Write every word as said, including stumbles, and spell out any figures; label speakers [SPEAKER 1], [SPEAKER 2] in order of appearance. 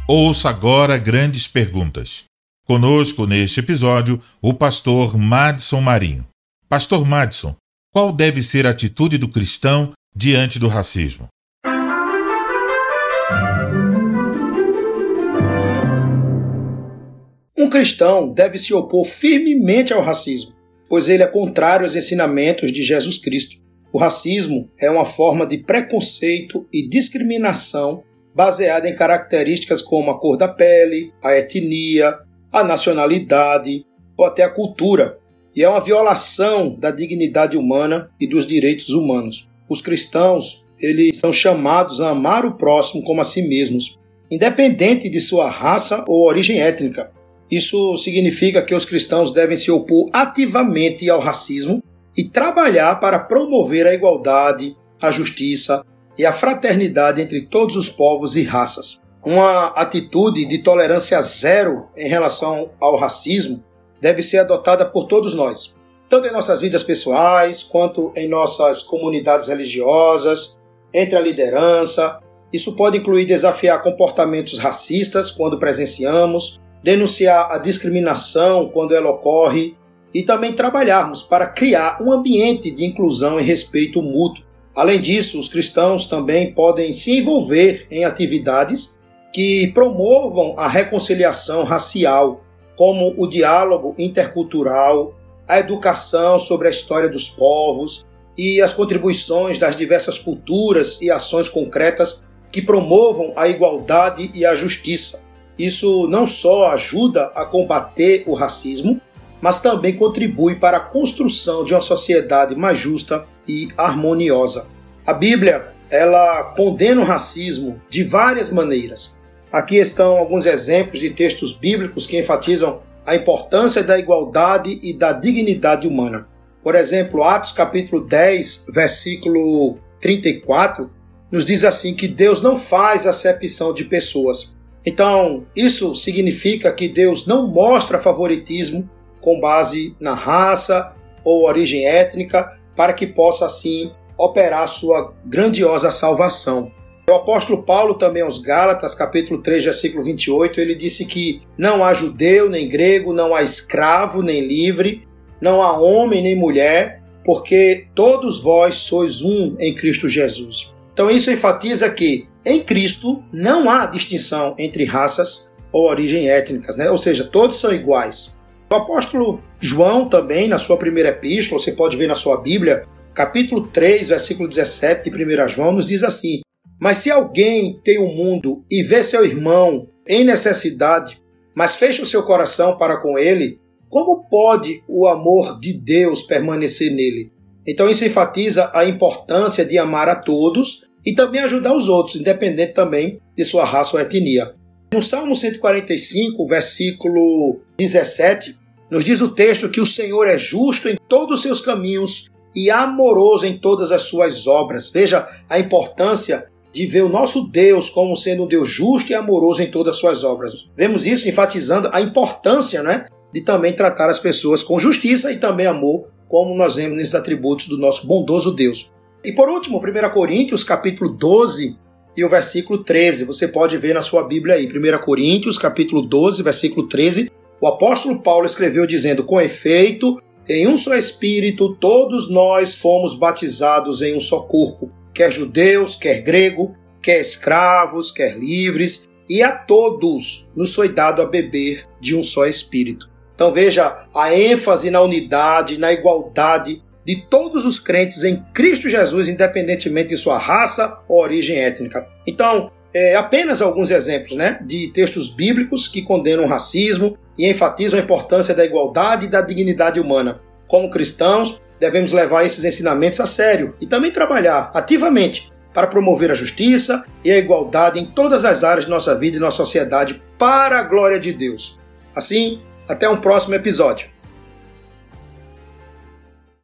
[SPEAKER 1] Ouça agora Grandes Perguntas. Conosco neste episódio, o pastor Madson Marinho. Pastor Madson, qual deve ser a atitude do cristão diante do racismo?
[SPEAKER 2] Um cristão deve se opor firmemente ao racismo, pois ele é contrário aos ensinamentos de Jesus Cristo. O racismo é uma forma de preconceito e discriminação baseada em características como a cor da pele, a etnia, a nacionalidade ou até a cultura, e é uma violação da dignidade humana e dos direitos humanos. Os cristãos, eles são chamados a amar o próximo como a si mesmos, independente de sua raça ou origem étnica. Isso significa que os cristãos devem se opor ativamente ao racismo e trabalhar para promover a igualdade, a justiça e a fraternidade entre todos os povos e raças. Uma atitude de tolerância zero em relação ao racismo deve ser adotada por todos nós, tanto em nossas vidas pessoais, quanto em nossas comunidades religiosas, entre a liderança. Isso pode incluir desafiar comportamentos racistas quando presenciamos, denunciar a discriminação quando ela ocorre e também trabalharmos para criar um ambiente de inclusão e respeito mútuo. Além disso, os cristãos também podem se envolver em atividades que promovam a reconciliação racial, como o diálogo intercultural, a educação sobre a história dos povos e as contribuições das diversas culturas e ações concretas que promovam a igualdade e a justiça. Isso não só ajuda a combater o racismo, mas também contribui para a construção de uma sociedade mais justa e harmoniosa. A Bíblia, ela condena o racismo de várias maneiras. Aqui estão alguns exemplos de textos bíblicos que enfatizam a importância da igualdade e da dignidade humana. Por exemplo, Atos capítulo dez, versículo trinta e quatro, nos diz assim que Deus não faz acepção de pessoas. Então, isso significa que Deus não mostra favoritismo com base na raça ou origem étnica, para que possa, assim, operar sua grandiosa salvação. O apóstolo Paulo, também aos Gálatas, capítulo três, versículo vinte e oito, ele disse que não há judeu nem grego, não há escravo nem livre, não há homem nem mulher, porque todos vós sois um em Cristo Jesus. Então isso enfatiza que em Cristo não há distinção entre raças ou origem étnicas, né? Ou seja, todos são iguais. O apóstolo João também, na sua primeira epístola, você pode ver na sua Bíblia, capítulo três, versículo dezessete de primeira João, nos diz assim: mas se alguém tem o mundo e vê seu irmão em necessidade, mas fecha o seu coração para com ele, como pode o amor de Deus permanecer nele? Então isso enfatiza a importância de amar a todos e também ajudar os outros, independente também de sua raça ou etnia. No Salmo cento e quarenta e cinco, versículo dezessete, nos diz o texto que o Senhor é justo em todos os seus caminhos e amoroso em todas as suas obras. Veja a importância de ver o nosso Deus como sendo um Deus justo e amoroso em todas as suas obras. Vemos isso enfatizando a importância, né, de também tratar as pessoas com justiça e também amor, como nós vemos nesses atributos do nosso bondoso Deus. E por último, primeira Coríntios, capítulo doze e o versículo treze. Você pode ver na sua Bíblia aí, primeira Coríntios, capítulo doze, versículo treze. O apóstolo Paulo escreveu dizendo: com efeito, em um só Espírito, todos nós fomos batizados em um só corpo, quer judeus, quer grego, quer escravos, quer livres, e a todos nos foi dado a beber de um só Espírito. Então veja a ênfase na unidade, na igualdade de todos os crentes em Cristo Jesus, independentemente de sua raça ou origem étnica. Então, é, apenas alguns exemplos, né, de textos bíblicos que condenam o racismo e enfatizam a importância da igualdade e da dignidade humana. Como cristãos, devemos levar esses ensinamentos a sério e também trabalhar ativamente para promover a justiça e a igualdade em todas as áreas de nossa vida e nossa sociedade para a glória de Deus. Assim, até um próximo episódio.